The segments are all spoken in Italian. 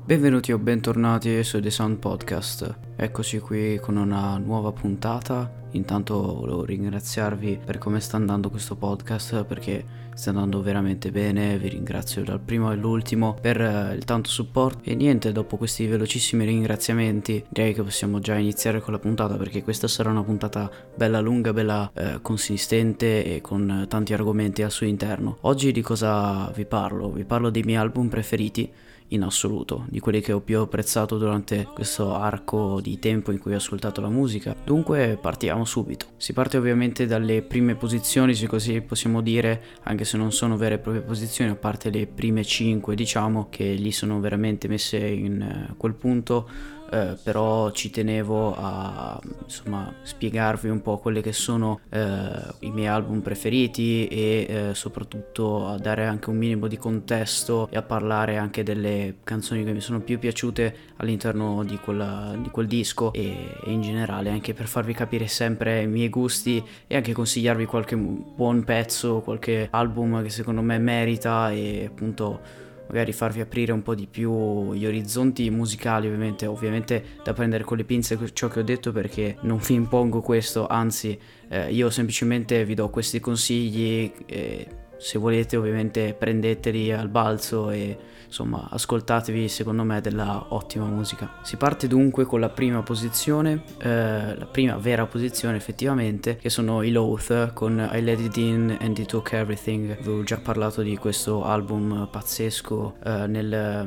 Benvenuti o bentornati su The Sound Podcast. Eccoci qui con una nuova puntata. Intanto volevo ringraziarvi per come sta andando questo podcast, perché sta andando veramente bene. Vi ringrazio dal primo all'ultimo per il tanto supporto. E niente, dopo questi velocissimi ringraziamenti direi che possiamo già iniziare con la puntata, perché questa sarà una puntata bella lunga, bella consistente e con tanti argomenti al suo interno. Oggi di cosa vi parlo? Vi parlo dei miei album preferiti in assoluto, di quelli che ho più apprezzato durante questo arco di tempo in cui ho ascoltato la musica. Dunque partiamo subito. Si parte ovviamente dalle prime posizioni, se così possiamo dire, anche se non sono vere e proprie posizioni, a parte le prime 5, diciamo, che lì sono veramente messe in quel punto. Però ci tenevo a spiegarvi un po' quelli che sono i miei album preferiti e soprattutto a dare anche un minimo di contesto e a parlare anche delle canzoni che mi sono più piaciute all'interno di quel disco e in generale, anche per farvi capire sempre i miei gusti e anche consigliarvi qualche buon pezzo, qualche album che secondo me merita, e appunto magari farvi aprire un po' di più gli orizzonti musicali. Ovviamente da prendere con le pinze ciò che ho detto, perché non vi impongo questo, anzi io semplicemente vi do questi consigli e se volete ovviamente prendeteli al balzo e insomma ascoltatevi, secondo me, della ottima musica. Si parte dunque con la prima posizione, la prima vera posizione effettivamente, che sono i Loath con I Let It In and It Took Everything. Avevo già parlato di questo album pazzesco nella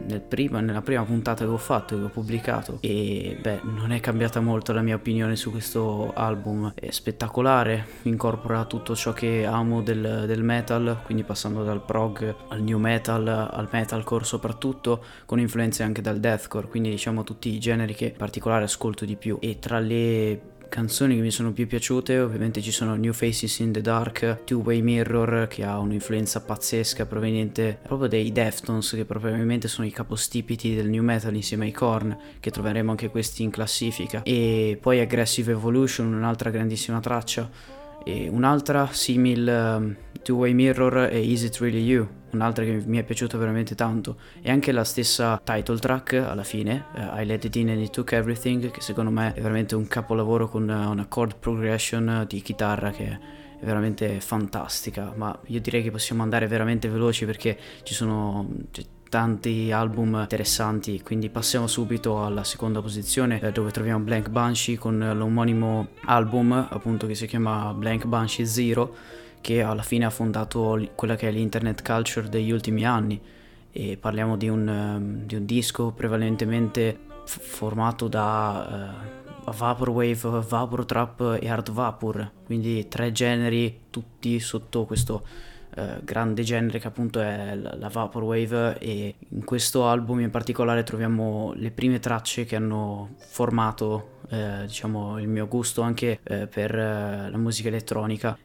prima puntata che ho fatto, che ho pubblicato, e non è cambiata molto la mia opinione su questo album. È spettacolare, incorpora tutto ciò che amo del metal, quindi passando dal prog al new metal, al metalcore soprattutto, con influenze anche dal deathcore, quindi diciamo tutti i generi che in particolare ascolto di più. E tra le canzoni che mi sono più piaciute ovviamente ci sono New Faces in the Dark, Two Way Mirror, che ha un'influenza pazzesca proveniente proprio dai Deftones, che probabilmente sono i capostipiti del new metal insieme ai Korn, che troveremo anche questi in classifica. E poi Aggressive Evolution, un'altra grandissima traccia, e un'altra simil Two Way Mirror e Is It Really You, un'altra che mi è piaciuta veramente tanto, e anche la stessa title track alla fine, I Let It In and It Took Everything, che secondo me è veramente un capolavoro con una chord progression di chitarra che è veramente fantastica. Ma io direi che possiamo andare veramente veloci perché ci sono tanti album interessanti, quindi passiamo subito alla seconda posizione, dove troviamo Blank Banshee con l'omonimo album appunto che si chiama Blank Banshee Zero, che alla fine ha fondato quella che è l'internet culture degli ultimi anni. E parliamo di un disco prevalentemente formato da Vaporwave, Vapor Trap e Hard Vapor, quindi tre generi tutti sotto questo grande genere che appunto è la Vaporwave. E in questo album in particolare troviamo le prime tracce che hanno formato diciamo il mio gusto anche per la musica elettronica,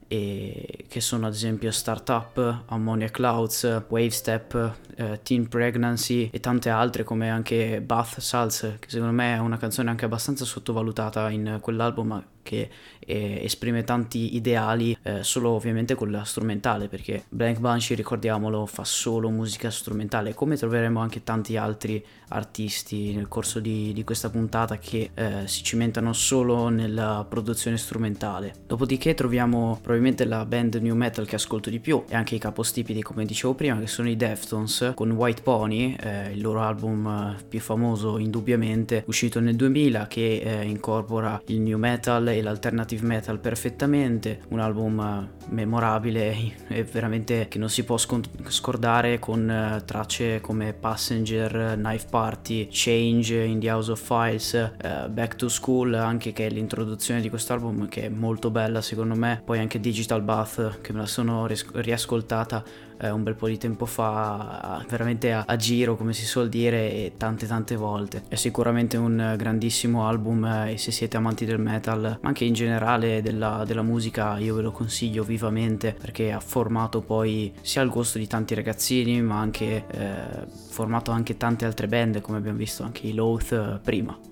e che sono ad esempio Startup, Ammonia Clouds, Wave Step, Teen Pregnancy e tante altre, come anche Bath Salts, che secondo me è una canzone anche abbastanza sottovalutata in quell'album, ma che esprime tanti ideali solo ovviamente con la strumentale, perché Blank Banshee, ricordiamolo, fa solo musica strumentale, come troveremo anche tanti altri artisti nel corso di questa puntata che si cimentano solo nella produzione strumentale. Dopodiché troviamo probabilmente la band new metal che ascolto di più e anche i capostipiti, come dicevo prima, che sono i Deftones con White Pony, il loro album più famoso indubbiamente, uscito nel 2000, che incorpora il new metal e l'alternative metal perfettamente, un album memorabile e veramente che non si può scordare, con tracce come Passenger, Knife Party, Change in the House of Files, Back to School anche, che è l'introduzione di quest'album, che è molto bella secondo me. Poi anche Digital Bath, che me la sono riascoltata un bel po' di tempo fa, veramente a giro, come si suol dire, e tante volte. È sicuramente un grandissimo album e se siete amanti del metal, ma anche in generale della musica, io ve lo consiglio vivamente, perché ha formato poi sia il gusto di tanti ragazzini, ma anche formato anche tante altre band, come abbiamo visto anche i Loath prima.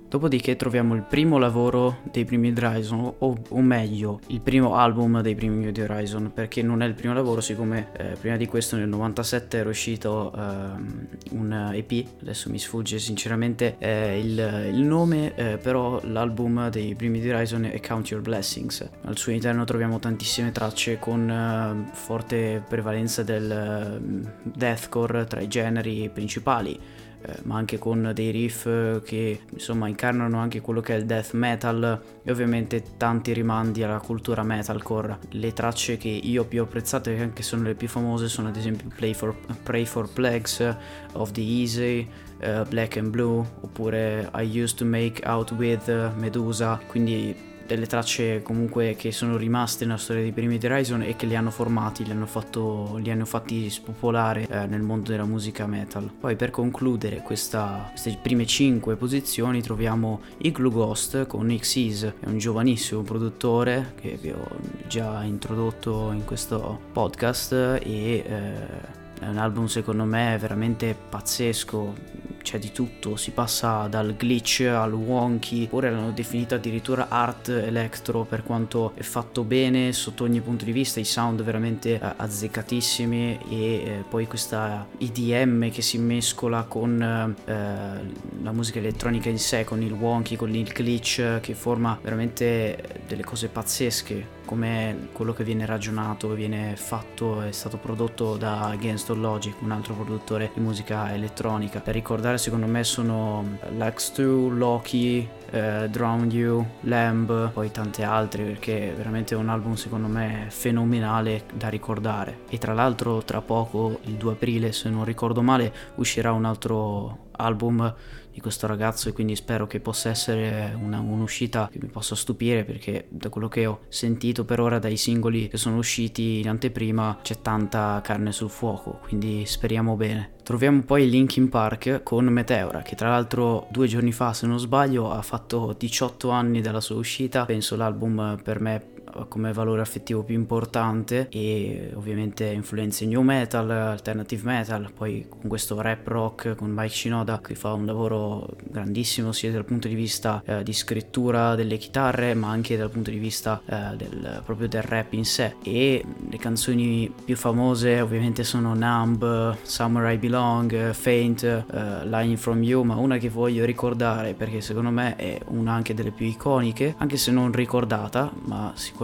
Dopodiché troviamo il primo lavoro dei primi di Horizon, o meglio, il primo album dei primi di Horizon, perché non è il primo lavoro, siccome prima di questo nel 97 era uscito un EP, adesso mi sfugge sinceramente il nome, però l'album dei primi di Horizon è Count Your Blessings. Al suo interno troviamo tantissime tracce con forte prevalenza del deathcore tra i generi principali, ma anche con dei riff che insomma incarnano anche quello che è il death metal e ovviamente tanti rimandi alla cultura metalcore. Le tracce che io più ho apprezzato e anche sono le più famose sono ad esempio Pray for Plagues, Of the Easy, Black and Blue, oppure I Used to Make Out With Medusa, quindi delle tracce comunque che sono rimaste nella storia dei primi di Horizon e che li hanno formati, li hanno fatti spopolare nel mondo della musica metal. Poi per concludere queste prime 5 posizioni troviamo Igloo Ghost con Xyz, è un giovanissimo produttore che vi ho già introdotto in questo podcast e è un album secondo me veramente pazzesco, c'è di tutto, si passa dal glitch al wonky, oppure l'hanno definito addirittura art electro per quanto è fatto bene sotto ogni punto di vista, i sound veramente azzeccatissimi e poi questa EDM che si mescola con la musica elettronica in sé, con il wonky, con il glitch, che forma veramente delle cose pazzesche, come quello che viene ragionato, viene fatto, è stato prodotto da Against All Logic, un altro produttore di musica elettronica. Da ricordare secondo me sono Lex 2, Loki, Drown You, Lamb, poi tante altre, perché è veramente un album secondo me fenomenale da ricordare. E tra l'altro tra poco, il 2 aprile se non ricordo male, uscirà un altro album di questo ragazzo e quindi spero che possa essere un'uscita che mi possa stupire, perché da quello che ho sentito per ora dai singoli che sono usciti in anteprima c'è tanta carne sul fuoco, quindi speriamo bene. Troviamo poi Linkin Park con Meteora, che tra l'altro 2 giorni fa se non sbaglio ha fatto 18 anni dalla sua uscita. Penso l'album per me come valore affettivo più importante e ovviamente influenze new metal, alternative metal, poi con questo rap rock con Mike Shinoda che fa un lavoro grandissimo sia dal punto di vista di scrittura delle chitarre ma anche dal punto di vista proprio del rap in sé. E le canzoni più famose ovviamente sono Numb, Somewhere I Belong, Faint, Lying From You, ma una che voglio ricordare perché secondo me è una anche delle più iconiche, anche se non ricordata, ma sicuramente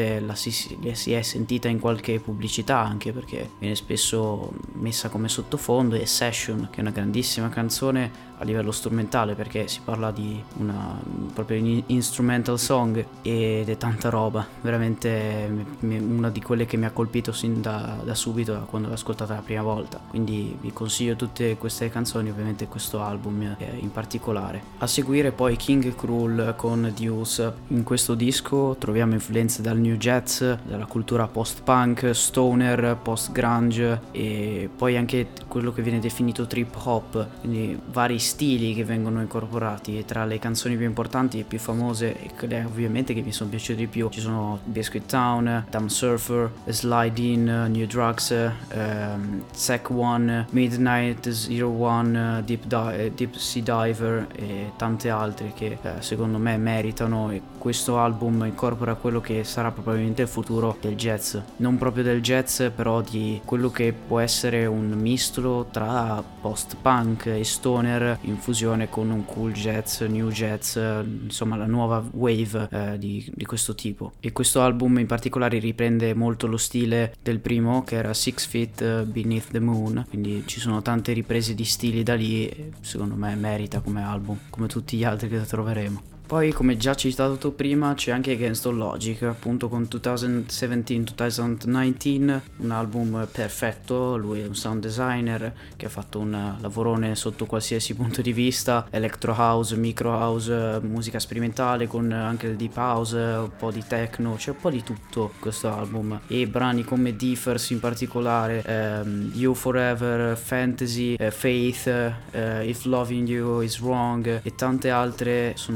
si è sentita in qualche pubblicità, anche perché viene spesso messa come sottofondo, è Session, che è una grandissima canzone a livello strumentale, perché si parla di proprio instrumental song ed è tanta roba, veramente una di quelle che mi ha colpito sin da subito quando l'ho ascoltata la prima volta, quindi vi consiglio tutte queste canzoni, ovviamente questo album in particolare. A seguire poi King Krul con Deuce. In questo disco troviamo influenze dal new jazz, dalla cultura post-punk, stoner, post-grunge e poi anche quello che viene definito trip hop, quindi vari stili che vengono incorporati. E tra le canzoni più importanti e più famose e quelle ovviamente che mi sono piaciute di più ci sono Biscuit Town, Dumb Surfer, Slide In, New Drugs, Sec One, Midnight 01, Deep Sea Diver e tante altre che secondo me meritano, e questo album incorpora quello che sarà probabilmente il futuro del jazz, non proprio del jazz però di quello che può essere un misto tra post-punk e stoner in fusione con un cool jazz, new jazz, insomma la nuova wave di questo tipo. E questo album in particolare riprende molto lo stile del primo, che era 6 Feet Beneath the Moon, quindi ci sono tante riprese di stili da lì e secondo me merita come album, come tutti gli altri che troveremo. Poi, come già citato prima, c'è anche Against All Logic, appunto con 2017-2019, un album perfetto. Lui è un sound designer che ha fatto un lavorone sotto qualsiasi punto di vista, electro house, micro house, musica sperimentale con anche il deep house, un po' di techno, c'è un po' di tutto in questo album. E brani come Differs in particolare, You Forever, Fantasy, Faith, If Loving You Is Wrong e tante altre sono rimaste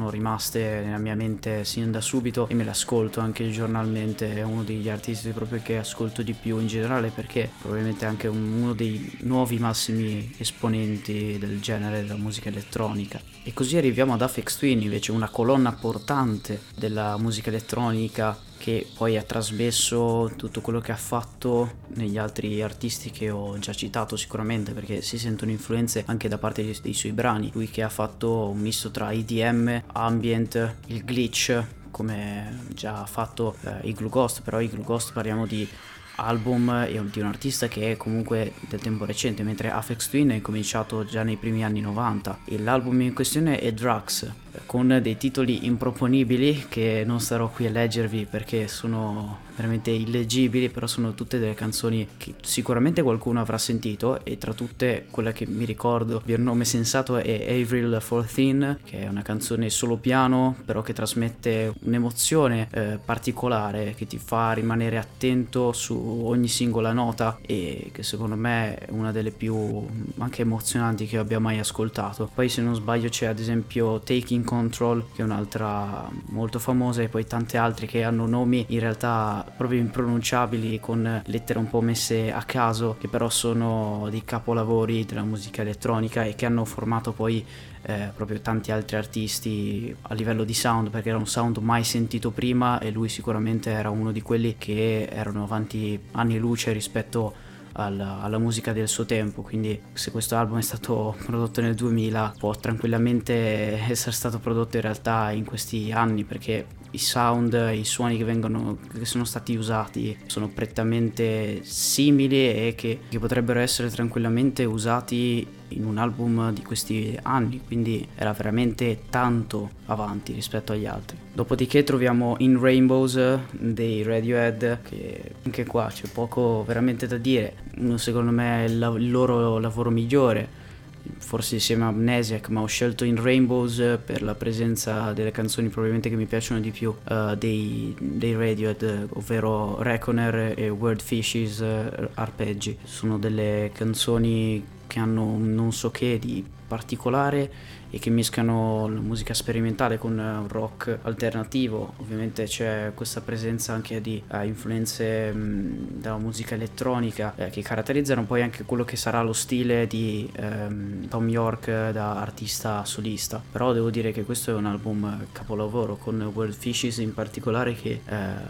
rimaste nella mia mente sin da subito e me le ascolto anche giornalmente. È uno degli artisti proprio che ascolto di più in generale, perché probabilmente è anche uno dei nuovi massimi esponenti del genere della musica elettronica. E così arriviamo ad Aphex Twin, invece una colonna portante della musica elettronica, che poi ha trasmesso tutto quello che ha fatto negli altri artisti che ho già citato sicuramente, perché si sentono influenze anche da parte dei suoi brani. Lui che ha fatto un misto tra EDM, ambient, il glitch, come già ha fatto Igloo Ghost. Però Igloo Ghost parliamo di album e di un artista che è comunque del tempo recente, mentre Aphex Twin è cominciato già nei primi anni 90. E l'album in questione è Drugs, con dei titoli improponibili che non starò qui a leggervi perché sono veramente illeggibili, però sono tutte delle canzoni che sicuramente qualcuno avrà sentito, e tra tutte quella che mi ricordo, il nome sensato è Avril 14, che è una canzone solo piano però che trasmette un'emozione particolare, che ti fa rimanere attento su ogni singola nota, e che secondo me è una delle più anche emozionanti che abbia mai ascoltato. Poi se non sbaglio c'è ad esempio Taking Control, che è un'altra molto famosa, e poi tante altre che hanno nomi in realtà proprio impronunciabili, con lettere un po' messe a caso, che però sono dei capolavori della musica elettronica e che hanno formato poi proprio tanti altri artisti a livello di sound, perché era un sound mai sentito prima, e lui sicuramente era uno di quelli che erano avanti anni luce rispetto alla musica del suo tempo. Quindi se questo album è stato prodotto nel 2000, può tranquillamente essere stato prodotto in realtà in questi anni, perché i sound, i suoni che sono stati usati sono prettamente simili e che potrebbero essere tranquillamente usati in un album di questi anni, quindi era veramente tanto avanti rispetto agli altri. Dopodiché troviamo In Rainbows dei Radiohead, che anche qua c'è poco veramente da dire. Secondo me è il loro lavoro migliore, forse insieme a Amnesiac, ma ho scelto In Rainbows per la presenza delle canzoni probabilmente che mi piacciono di più dei Radiohead, ovvero Reckoner e Word Fishes Arpeggi. Sono delle canzoni che hanno un non so che di particolare e che mischiano la musica sperimentale con un rock alternativo. Ovviamente c'è questa presenza anche di influenze dalla musica elettronica che caratterizzano poi anche quello che sarà lo stile di Thom Yorke da artista solista. Però devo dire che questo è un album capolavoro, con World Fishes in particolare, che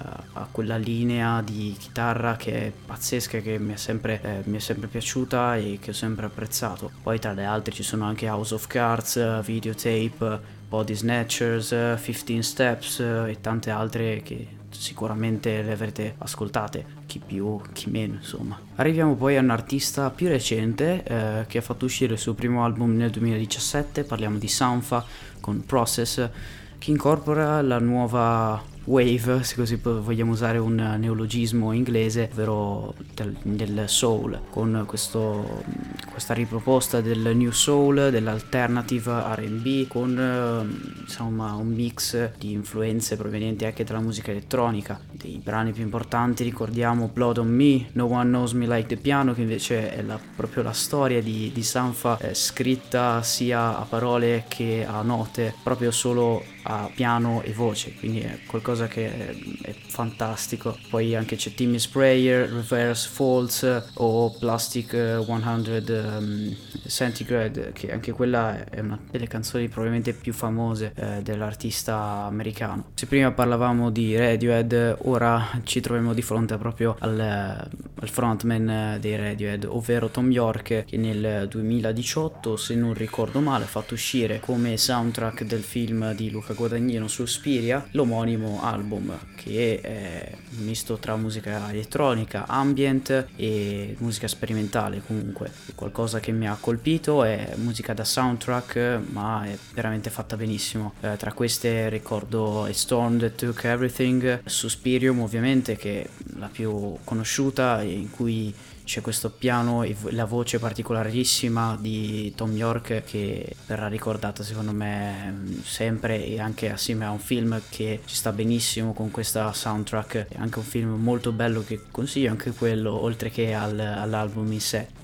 ha quella linea di chitarra che è pazzesca, che mi è sempre piaciuta e che ho sempre apprezzato. Poi tra le altre ci sono anche House of Cards, Videotape, Body Snatchers, 15 Steps e tante altre che sicuramente le avrete ascoltate, chi più chi meno insomma. Arriviamo poi a un artista più recente che ha fatto uscire il suo primo album nel 2017, parliamo di Sampha con Process, che incorpora la nuova wave, se così vogliamo usare un neologismo inglese, ovvero del soul, con questa riproposta del new soul, dell'alternative R&B, con insomma un mix di influenze provenienti anche dalla musica elettronica. Dei brani più importanti ricordiamo Blood on Me, No One Knows Me Like the Piano, che invece è proprio la storia di Sampha, scritta sia a parole che a note, proprio solo a piano e voce, quindi è qualcosa che è fantastico. Poi anche c'è Timmy Sprayer, Reverse Falls o Plastic 100 Centigrade, che anche quella è una delle canzoni probabilmente più famose dell'artista americano. Se prima parlavamo di Radiohead, ora ci troviamo di fronte proprio al frontman dei Radiohead, ovvero Thom Yorke, che nel 2018, se non ricordo male, ha fatto uscire come soundtrack del film di Luca Guadagnino Suspiria l'omonimo album, che è un misto tra musica elettronica, ambient e musica sperimentale. Comunque è qualcosa che mi ha colpito, è musica da soundtrack ma è veramente fatta benissimo. Tra queste ricordo A Storm That Took Everything, Suspirium ovviamente, che è la più conosciuta, in cui c'è questo piano e la voce particolarissima di Thom Yorke, che verrà ricordata secondo me sempre, e anche assieme a un film che ci sta benissimo con questa soundtrack. È anche un film molto bello che consiglio anche quello, oltre che all'album in sé.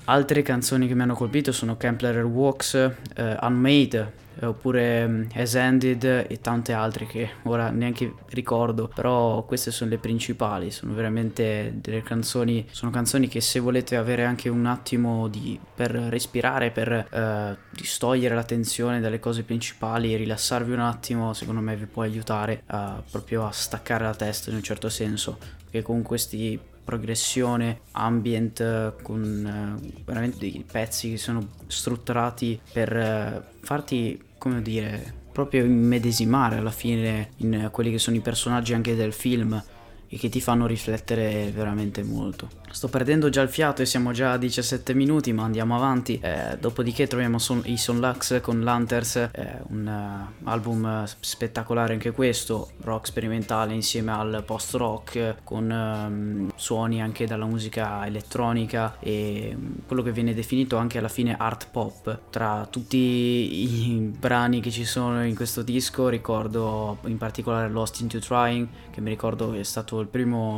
Altre canzoni che mi hanno colpito sono Kempler Walks, Unmade, oppure Has Ended e tante altre che ora neanche ricordo, però queste sono le principali. Sono veramente delle canzoni, sono canzoni che se volete avere anche un attimo per respirare, per distogliere l'attenzione dalle cose principali e rilassarvi un attimo, secondo me vi può aiutare proprio a staccare la testa in un certo senso, perché con questi progressione ambient con veramente dei pezzi che sono strutturati per farti, come dire, proprio immedesimare alla fine in quelli che sono i personaggi anche del film e che ti fanno riflettere veramente molto. Sto perdendo già il fiato e siamo già a 17 minuti, ma andiamo avanti. Dopodiché troviamo i Sonlux con Lanterns, un album spettacolare anche questo, rock sperimentale insieme al post-rock, con suoni anche dalla musica elettronica e quello che viene definito anche alla fine art pop. Tra tutti i brani che ci sono in questo disco ricordo in particolare Lost Into Trying, che mi ricordo è stato il primo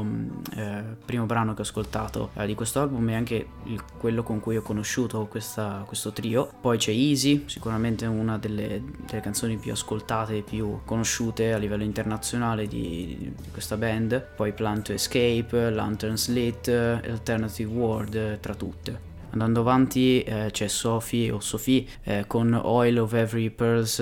brano che ho ascoltato di questo album e anche quello con cui ho conosciuto questo trio. Poi c'è Easy, sicuramente una delle canzoni più ascoltate e più conosciute a livello internazionale di questa band. Poi Plan to Escape, Lanterns Lit, Alternative World tra tutte. Andando avanti c'è Sophie con Oil of Every Pearl's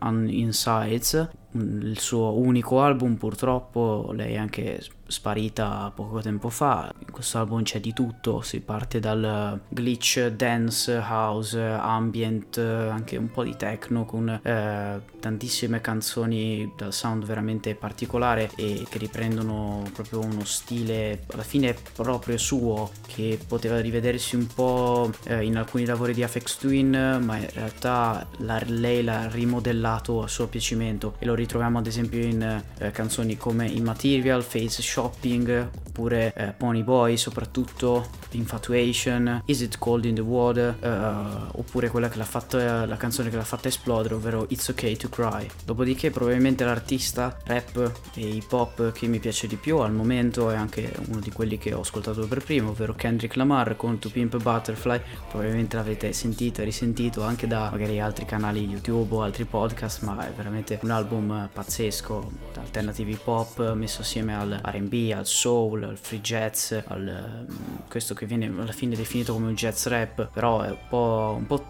Insides, il suo unico album. Purtroppo lei è anche sparita poco tempo fa. In questo album c'è di tutto, si parte dal glitch, dance, house, ambient, anche un po' di techno, con tantissime canzoni dal sound veramente particolare e che riprendono proprio uno stile alla fine proprio suo, che poteva rivedersi un po' in alcuni lavori di Aphex Twin, ma in realtà lei l'ha rimodellato a suo piacimento e lo ritroviamo ad esempio in canzoni come Immaterial, Face Shopping, oppure Pony Boy, soprattutto Infatuation, Is It Cold in the Water, oppure quella che l'ha fatta, la canzone che l'ha fatta esplodere, ovvero It's Okay to Cry. Dopodiché probabilmente l'artista rap e hip hop che mi piace di più al momento è anche uno di quelli che ho ascoltato per primo, ovvero Kendrick Lamar con To Pimp a Butterfly. Probabilmente l'avete sentito e risentito anche da magari altri canali YouTube o altri podcast, ma è veramente un album pazzesco, alternative hip hop messo assieme al R&B, al soul, al free jazz, al questo che viene alla fine definito come un jazz rap, però è un po'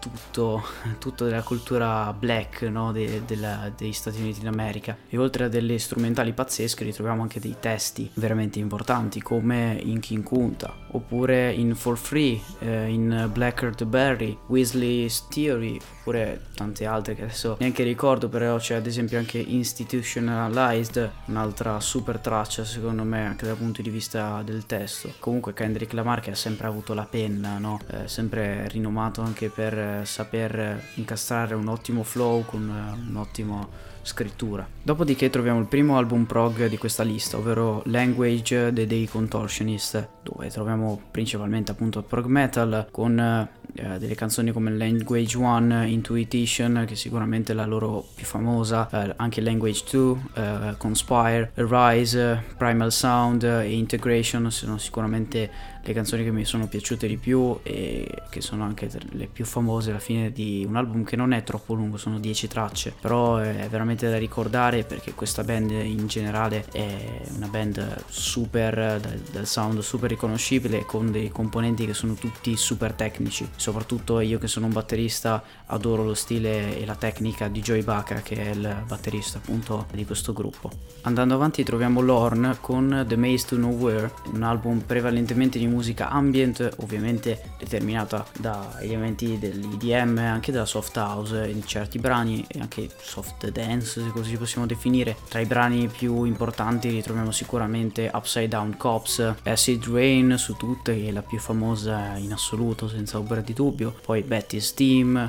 tutto della cultura black, no? Degli Stati Uniti d'America. E oltre a delle strumentali pazzesche ritroviamo anche dei testi veramente importanti come in King Kunta, oppure in For Free, in Blacker the Berry, Weasley's Theory, oppure tante altre che adesso neanche ricordo, però c'è ad esempio anche Institutionalized, un'altra super traccia secondo me anche dal punto di vista del testo. Comunque Kendrick Lamar, che ha sempre avuto la penna, no? Sempre rinomato anche per saper incastrare un ottimo flow con un ottimo scrittura. Dopodiché troviamo il primo album prog di questa lista, ovvero Language dei Contortionist, dove troviamo principalmente appunto prog metal con delle canzoni come Language 1, Intuition, che sicuramente è la loro più famosa, anche Language 2, Conspire, Rise, Primal Sound e Integration sono sicuramente le canzoni che mi sono piaciute di più e che sono anche le più famose alla fine di un album che non è troppo lungo, sono 10 tracce, però è veramente da ricordare perché questa band in generale è una band super dal sound super riconoscibile, con dei componenti che sono tutti super tecnici. Soprattutto io che sono un batterista adoro lo stile e la tecnica di Joey Baka, che è il batterista appunto di questo gruppo. Andando avanti troviamo Lorne con The Maze to Nowhere, un album prevalentemente di musica ambient, ovviamente determinata da elementi dell'EDM, anche della soft house in certi brani e anche soft dance, se così possiamo definire. Tra i brani più importanti ritroviamo sicuramente Upside Down Cops, Acid Rain su tutte, che è la più famosa in assoluto senza ombra di dubbio, poi Betty's Team,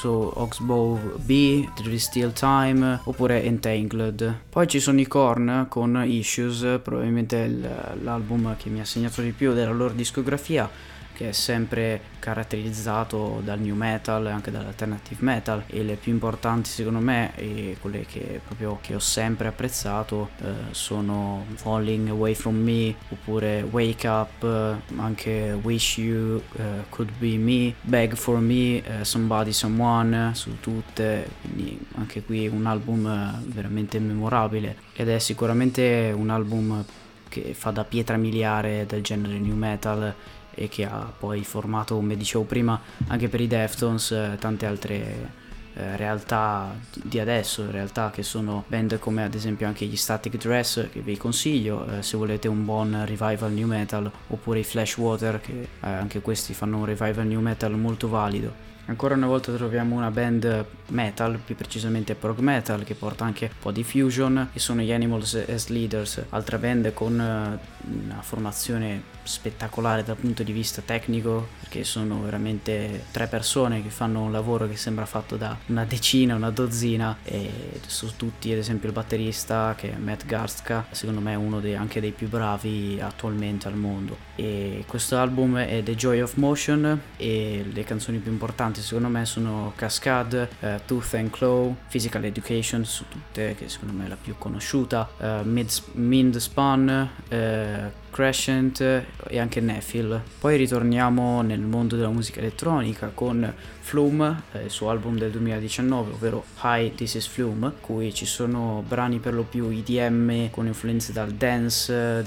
Oxbow B, There Is Still Time, oppure Entangled. Poi ci sono i Korn con Issues, probabilmente l'album che mi ha segnato di più della loro discografia, che è sempre caratterizzato dal new metal e anche dall'alternative metal, e le più importanti secondo me e quelle che proprio che ho sempre apprezzato sono Falling Away From Me oppure Wake Up, anche Wish You Could Be Me, Beg For Me, Somebody Someone, su tutte, quindi anche qui un album veramente memorabile, ed è sicuramente un album che fa da pietra miliare del genere new metal e che ha poi formato, come dicevo prima, anche per i Deftones tante altre realtà di adesso, realtà che sono band come ad esempio anche gli Static Dress, che vi consiglio se volete un buon revival new metal, oppure i Flashwater, che anche questi fanno un revival new metal molto valido. Ancora una volta troviamo una band metal, più precisamente prog metal, che porta anche un po' di fusion, e sono gli Animals as Leaders, altra band con una formazione spettacolare dal punto di vista tecnico, perché sono veramente 3 persone che fanno un lavoro che sembra fatto da una decina, una dozzina, e su tutti ad esempio il batterista, che è Matt Garstka, secondo me è uno anche dei più bravi attualmente al mondo. E questo album è The Joy of Motion, e le canzoni più importanti secondo me sono Cascade, Tooth and Claw, Physical Education su tutte, che secondo me è la più conosciuta, Mind Spun, Crescent e anche Nephil. Poi ritorniamo nel mondo della musica elettronica con Flume, il suo album del 2019, ovvero Hi, This Is Flume, cui ci sono brani per lo più EDM con influenze dalla dance,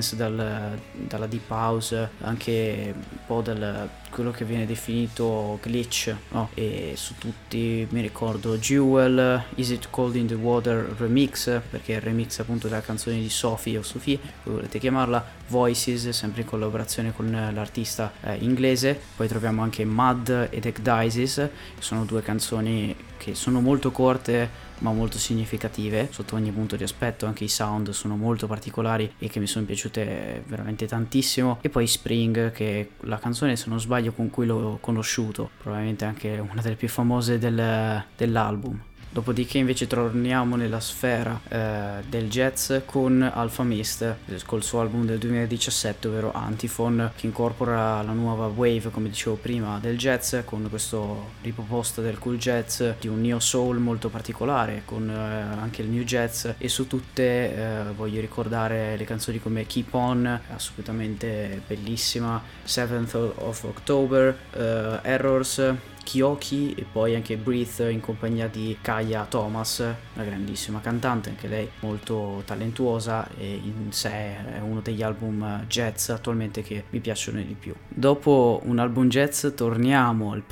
dalla deep house, anche un po' quello che viene definito glitch, no? E su tutti mi ricordo Jewel, Is It Cold in the Water remix, perché è il remix appunto della canzone di Sophie o Sophie, come volete chiamarla, Voices, sempre in collaborazione con l'artista inglese. Poi troviamo anche Mud ed Ecdysis, che sono 2 canzoni che sono molto corte ma molto significative sotto ogni punto di aspetto, anche i sound sono molto particolari e che mi sono piaciute veramente tantissimo. E poi Spring, che è la canzone, se non sbaglio, con cui l'ho conosciuto, probabilmente anche una delle più famose dell'album. Dopodiché invece torniamo nella sfera del jazz con Alpha Mist, col suo album del 2017, ovvero Antiphon, che incorpora la nuova wave, come dicevo prima, del jazz, con questo riproposta del cool jazz, di un neo soul molto particolare, con anche il new jazz, e su tutte voglio ricordare le canzoni come Keep On, assolutamente bellissima, 7th of October, Errors, Kyoki, e poi anche Breathe in compagnia di Kaya Thomas, una grandissima cantante, anche lei molto talentuosa, e in sé è uno degli album jazz attualmente che mi piacciono di più. Dopo un album jazz torniamo al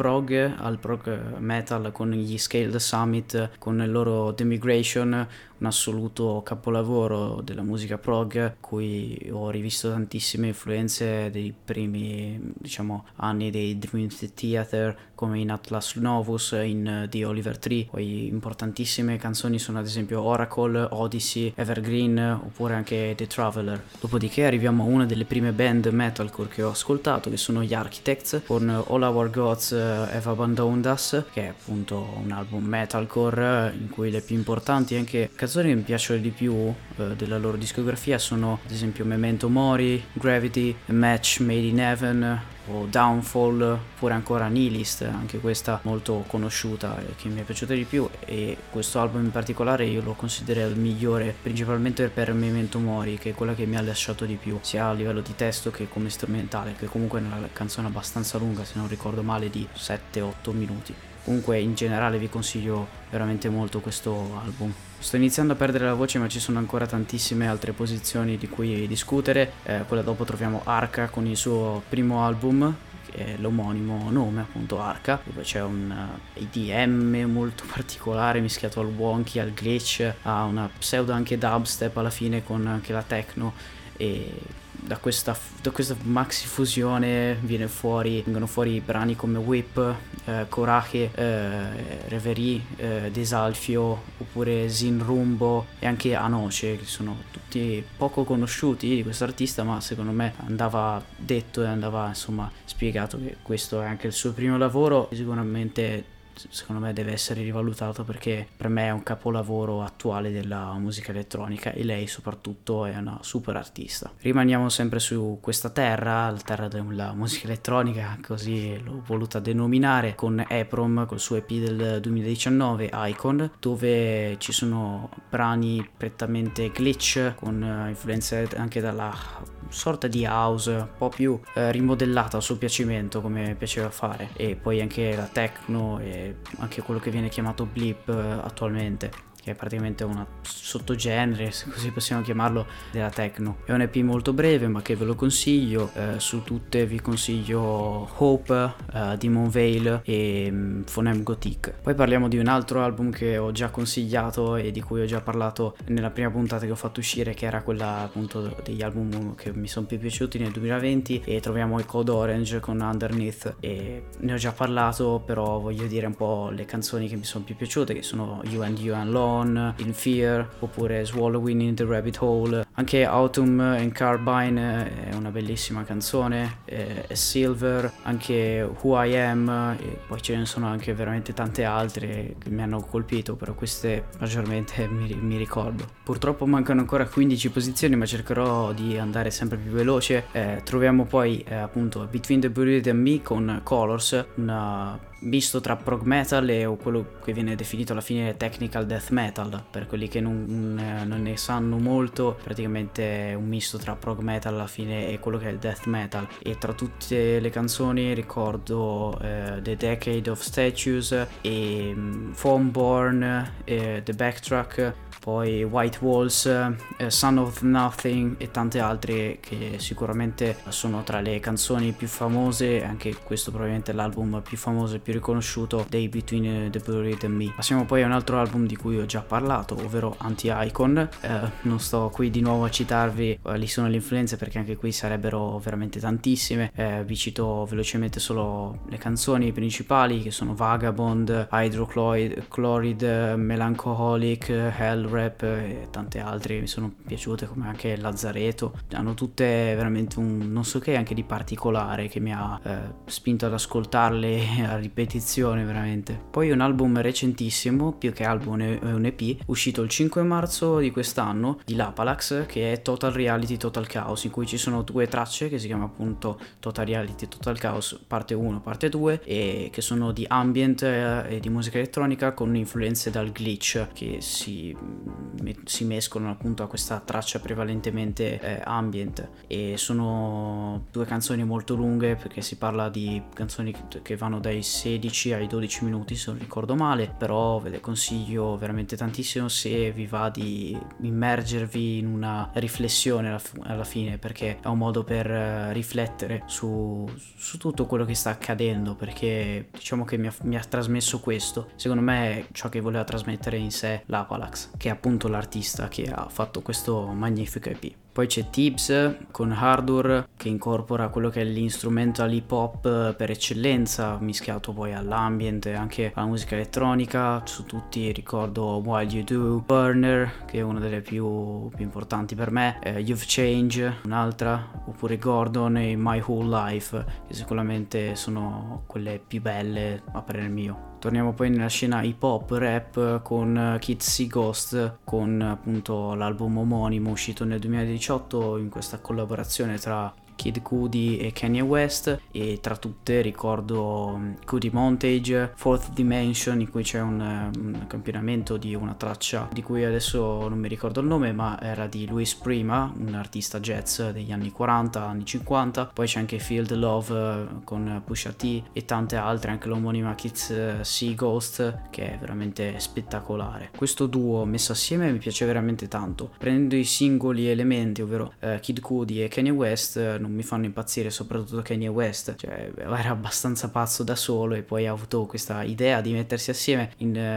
prog metal con gli Scaled Summit, con il loro The Migration, un assoluto capolavoro della musica prog, cui ho rivisto tantissime influenze dei primi, diciamo, anni dei Dream Theater, come in Atlas Novus, in The Oliver Tree. Poi importantissime canzoni sono ad esempio Oracle, Odyssey, Evergreen, oppure anche The Traveler. Dopodiché arriviamo a una delle prime band metalcore che ho ascoltato, che sono gli Architects, con All Our Gods Have Abandoned Us, che è appunto un album metalcore in cui le più importanti anche canzoni che mi piacciono di più della loro discografia sono ad esempio Memento Mori, Gravity, A Match Made in Heaven o Downfall, oppure ancora Nihilist, anche questa molto conosciuta e che mi è piaciuta di più. E questo album in particolare io lo considero il migliore, principalmente per Memento Mori, che è quella che mi ha lasciato di più, sia a livello di testo che come strumentale, che comunque è una canzone abbastanza lunga, se non ricordo male, di 7-8 minuti. Comunque in generale vi consiglio veramente molto questo album. Sto iniziando a perdere la voce, ma ci sono ancora tantissime altre posizioni di cui discutere. Quella dopo troviamo Arca con il suo primo album, che è l'omonimo nome, appunto Arca, dove c'è un EDM molto particolare mischiato al wonky, al glitch, a una pseudo anche dubstep alla fine, con anche la techno. E da questa maxi fusione vengono fuori brani come Whip, Coraje, Reverie, Desalfio, oppure Zin Rumbo e anche Anoce, che sono tutti poco conosciuti di questo artista, ma secondo me andava detto e andava insomma spiegato che questo è anche il suo primo lavoro, e sicuramente secondo me deve essere rivalutato, perché per me è un capolavoro attuale della musica elettronica e lei soprattutto è una super artista. Rimaniamo sempre su questa terra, la terra della musica elettronica, così l'ho voluta denominare, con Eprom col suo EP del 2019 Icon, dove ci sono brani prettamente glitch con influenze anche dalla sorta di house un po' più rimodellata a suo piacimento, come piaceva fare, e poi anche la techno e anche quello che viene chiamato blip attualmente, che è praticamente una sottogenere, se così possiamo chiamarlo, della techno. È un EP molto breve ma che ve lo consiglio. Su tutte vi consiglio Hope, Demon Veil e Phoneme Gothic. Poi parliamo di un altro album che ho già consigliato e di cui ho già parlato nella prima puntata che ho fatto uscire, che era quella appunto degli album che mi sono più piaciuti nel 2020, e troviamo i Code Orange con Underneath, e ne ho già parlato, però voglio dire un po' le canzoni che mi sono più piaciute, che sono You and Alone, In Fear, oppure Swallowing in the Rabbit Hole. Anche Autumn and Carbine è una bellissima canzone, e Silver, anche Who I Am, e poi ce ne sono anche veramente tante altre che mi hanno colpito, però queste maggiormente mi ricordo. Purtroppo mancano ancora 15 posizioni, ma cercherò di andare sempre più veloce. Troviamo poi appunto Between the Buried and Me con Colors, una misto tra prog metal e quello che viene definito alla fine technical death metal, per quelli che non ne sanno molto. Praticamente è un misto tra prog metal alla fine e quello che è il death metal, e tra tutte le canzoni ricordo The Decade of Statues e Foamborn, The Backtrack, poi White Walls, Son of Nothing e tante altre che sicuramente sono tra le canzoni più famose, anche questo probabilmente è l'album più famoso e più riconosciuto dei Between the Buried and Me. Passiamo poi a un altro album di cui ho già parlato, ovvero Anti-Icon. Non sto qui di nuovo a citarvi quali sono le influenze, perché anche qui sarebbero veramente tantissime. Vi cito velocemente solo le canzoni principali, che sono Vagabond, Hydrochloride, Melancholic, Hell Rap e tante altre che mi sono piaciute, come anche Lazzareto. Hanno tutte veramente un non so che anche di particolare, che mi ha spinto ad ascoltarle a ripetizione veramente. Poi un album recentissimo, più che album è un EP, uscito il 5 marzo di quest'anno, di Lapalax, che è Total Reality Total Chaos, in cui ci sono due tracce che si chiama appunto Total Reality Total Chaos parte 1 parte 2, e che sono di ambient e di musica elettronica con influenze dal glitch, che si mescolano appunto a questa traccia prevalentemente ambient. E sono due canzoni molto lunghe, perché si parla di canzoni che vanno dai 16 ai 12 minuti se non ricordo male, però ve le consiglio veramente tantissimo se vi va di immergervi in una riflessione alla fine, perché è un modo per riflettere su tutto quello che sta accadendo, perché diciamo che mi ha trasmesso questo, secondo me è ciò che voleva trasmettere in sé Lapalax, che è appunto l'artista che ha fatto questo magnifico EP. Poi c'è Tibbs con Hardur, che incorpora quello che è l'instrumental hip hop per eccellenza, mischiato poi all'ambient e anche alla musica elettronica. Su tutti ricordo While You Do, Burner, che è una delle più importanti per me, You've Changed, un'altra, oppure Gordon e My Whole Life, che sicuramente sono quelle più belle a parere mio. Torniamo poi nella scena hip hop rap con Kids See Ghost, con appunto l'album omonimo uscito nel 2018, in questa collaborazione tra Kid Cudi e Kanye West, e tra tutte ricordo Cudi Montage, Fourth Dimension, in cui c'è un campionamento di una traccia di cui adesso non mi ricordo il nome, ma era di Louis Prima, un artista jazz degli anni 40, anni 50. Poi c'è anche Feel the Love con Pusha T e tante altre, anche l'omonima Kids See Ghost, che è veramente spettacolare. Questo duo messo assieme mi piace veramente tanto. Prendendo i singoli elementi, ovvero Kid Cudi e Kanye West, non mi fanno impazzire, soprattutto Kanye West, cioè era abbastanza pazzo da solo, e poi ha avuto questa idea di mettersi assieme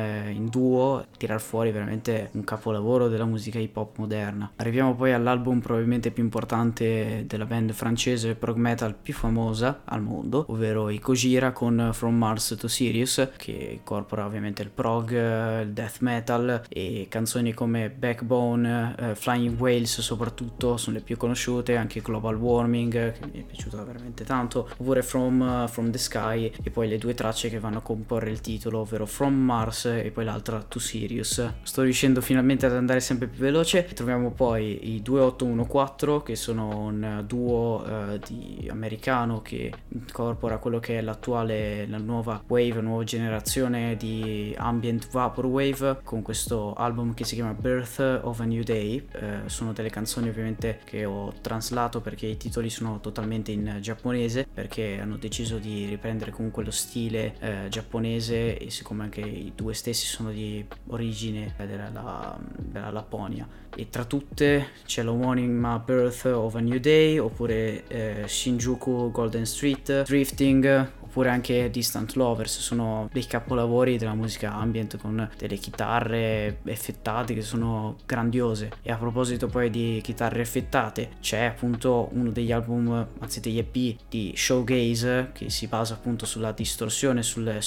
in duo, tirar fuori veramente un capolavoro della musica hip hop moderna. Arriviamo poi all'album probabilmente più importante della band francese prog metal più famosa al mondo, ovvero i Gojira con From Mars to Sirius, che incorpora ovviamente il prog, il death metal, e canzoni come Backbone, Flying Whales soprattutto sono le più conosciute, anche Global Warming, Coming, che mi è piaciuta veramente tanto, oppure From the Sky, e poi le due tracce che vanno a comporre il titolo, ovvero From Mars e poi l'altra To Sirius. Sto riuscendo finalmente ad andare sempre più veloce. Troviamo poi i 2814, che sono un duo di americano che incorpora quello che è la nuova wave, nuova generazione di ambient vaporwave, con questo album che si chiama Birth of a New Day. Sono delle canzoni ovviamente che ho traslato perché i titoli sono totalmente in giapponese, perché hanno deciso di riprendere comunque lo stile giapponese, e siccome anche i due stessi sono di origine della Lapponia. E tra tutte c'è l'omonima Birth of a New Day, oppure Shinjuku Golden Street, Drifting, oppure anche Distant Lovers. Sono dei capolavori della musica ambient con delle chitarre effettate che sono grandiose. E a proposito poi di chitarre effettate, c'è appunto uno degli album, anzi degli EP di Showgaze, che si basa appunto sulla distorsione, sulla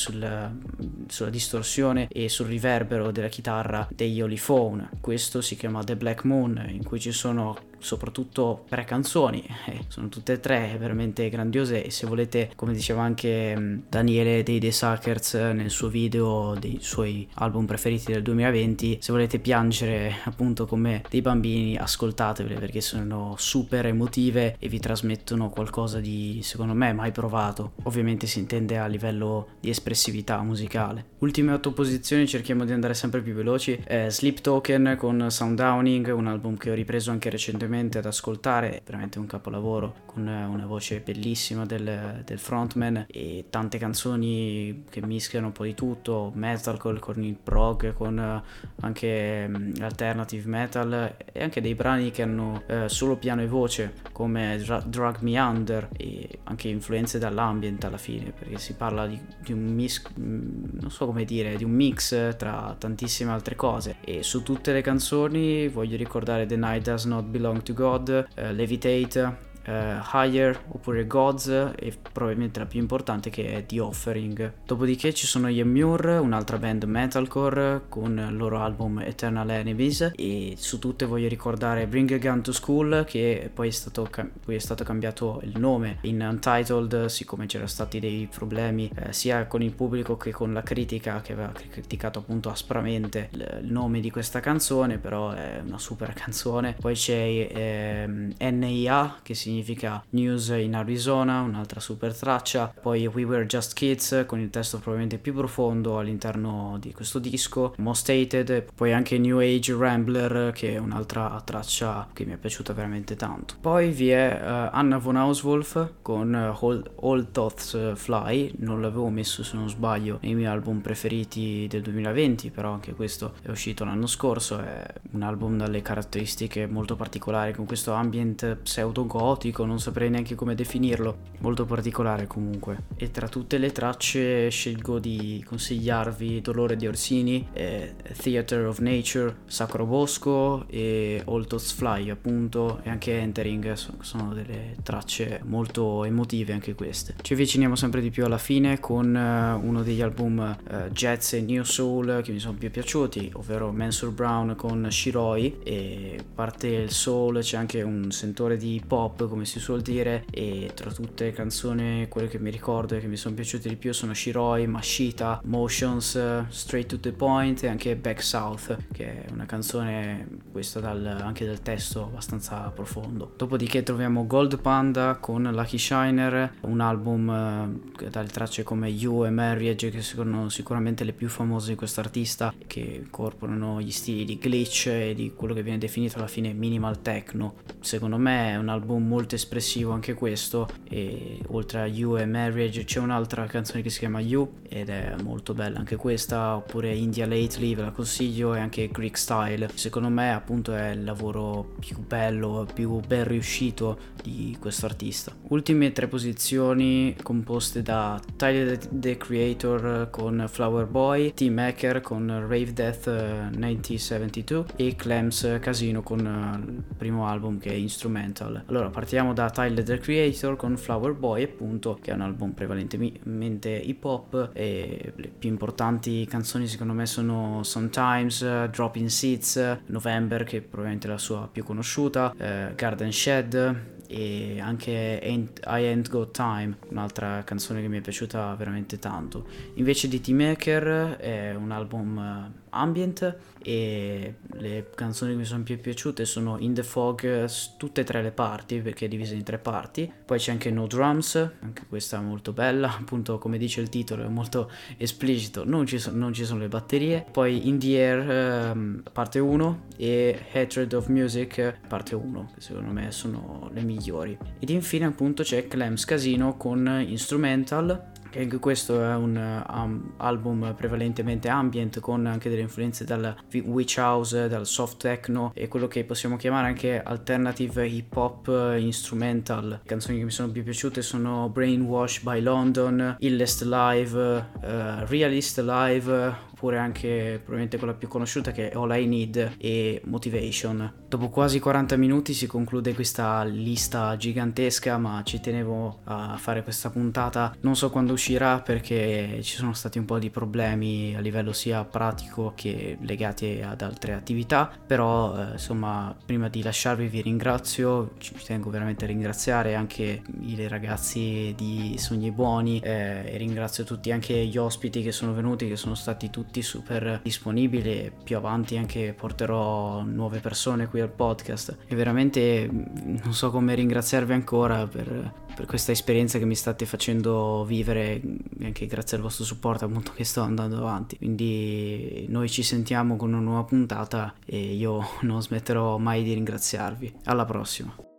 distorsione e sul riverbero della chitarra degli Oliphone. Questo si chiama The Black Moon, in cui ci sono soprattutto 3 canzoni, sono tutte e 3 veramente grandiose. E se volete, come diceva anche Daniele dei The Suckers nel suo video dei suoi album preferiti del 2020, se volete piangere appunto come dei bambini, ascoltatevele, perché sono super emotive e vi trasmettono qualcosa di, secondo me, mai provato. Ovviamente si intende a livello di espressività musicale. Ultime 8 posizioni, cerchiamo di andare sempre più veloci. Sleep Token con Sundowning, un album che ho ripreso anche recentemente ad ascoltare, veramente un capolavoro, con una voce bellissima del frontman e tante canzoni che mischiano un po' di tutto, metalcore con il prog, con anche alternative metal, e anche dei brani che hanno solo piano e voce, come Drag Me Under, e anche influenze dall'ambient alla fine, perché si parla di un non so come dire, di un mix tra tantissime altre cose. E su tutte le canzoni voglio ricordare The Night Does Not Belong to God, Levitate, Higher, oppure Gods, e probabilmente la più importante che è The Offering. Dopodiché ci sono gli Emmure, un'altra band metalcore, con il loro album Eternal Enemies, e su tutte voglio ricordare Bring a Gun to School, che poi è stato cambiato il nome in Untitled, siccome c'erano stati dei problemi sia con il pubblico che con la critica, che aveva criticato appunto aspramente il nome di questa canzone, però è una super canzone. Poi c'è NIA, che significa News in Arizona, un'altra super traccia. Poi We Were Just Kids, con il testo probabilmente più profondo all'interno di questo disco, Most Hated. Poi anche New Age Rambler, che è un'altra traccia che mi è piaciuta veramente tanto. Poi vi è Anna von Auswolf con All Thoughts Fly. Non l'avevo messo, se non sbaglio, nei miei album preferiti del 2020, però anche questo è uscito l'anno scorso. È un album dalle caratteristiche molto particolari, con questo ambient pseudo gotico, non saprei neanche come definirlo, molto particolare comunque. E tra tutte le tracce scelgo di consigliarvi Dolore di Orsini, Theater of Nature, Sacro Bosco e All Thoughts Fly appunto, e anche Entering. Sono delle tracce molto emotive anche queste. Ci avviciniamo sempre di più alla fine con uno degli album jazz e new soul che mi sono più piaciuti, ovvero Mansur Brown con Shiroi. E a parte il soul c'è anche un sentore di pop, come si suol dire, e tra tutte le canzoni quelle che mi ricordo e che mi sono piaciute di più sono Shiroi, Mashita, Motions, Straight to the Point e anche Back South, che è una canzone questa anche dal testo abbastanza profondo. Dopodiché troviamo Gold Panda con Lucky Shiner, un album dalle tracce come You e Marriage, che sono sicuramente le più famose di quest'artista, che incorporano gli stili di glitch e di quello che viene definito alla fine minimal techno. Secondo me è un album molto espressivo anche questo, e oltre a You e Marriage c'è un'altra canzone che si chiama You ed è molto bella anche questa, oppure India Lately ve la consiglio, e anche Greek Style. Secondo me appunto è il lavoro più bello, più ben riuscito di questo artista. Ultime 3 posizioni composte da Tyler the Creator con Flower Boy, Tim Hacker con Rave Death 1972 e Clems Casino con il primo album che è Instrumental. Allora partiamo da Tyler the Creator con Flower Boy appunto, che è un album prevalentemente hip hop, e le più importanti canzoni secondo me sono Sometimes, Dropping Seeds, November che probabilmente è la sua più conosciuta, Garden Shed, e anche I Ain't Got Time, un'altra canzone che mi è piaciuta veramente tanto. Invece di T-Maker è un album ambient, e le canzoni che mi sono più piaciute sono In The Fog, tutte e tre le parti, perché è divisa in tre parti. Poi c'è anche No Drums, anche questa è molto bella, appunto come dice il titolo, è molto esplicito, non ci sono le batterie. Poi In The Air, parte 1, e Hatred of Music, parte 1, che secondo me sono le migliori. Ed infine appunto c'è Clem's Casino con Instrumental, che anche questo è un album prevalentemente ambient, con anche delle influenze dal witch house, dal soft techno e quello che possiamo chiamare anche alternative hip hop instrumental. Le canzoni che mi sono più piaciute sono Brainwash by London, Illest Live, Realist Live, oppure anche probabilmente quella più conosciuta che è All I Need e Motivation. Dopo quasi 40 minuti si conclude questa lista gigantesca, ma ci tenevo a fare questa puntata. Non so quando uscirà perché ci sono stati un po' di problemi a livello sia pratico che legati ad altre attività, però insomma, prima di lasciarvi vi ringrazio, ci tengo veramente a ringraziare anche i ragazzi di Sogni Buoni, e ringrazio tutti anche gli ospiti che sono venuti, che sono stati tutti super disponibili, e più avanti anche porterò nuove persone qui al podcast, e veramente non so come ringraziarvi ancora per questa esperienza che mi state facendo vivere, anche grazie al vostro supporto appunto che sto andando avanti. Quindi noi ci sentiamo con una nuova puntata e io non smetterò mai di ringraziarvi. Alla prossima.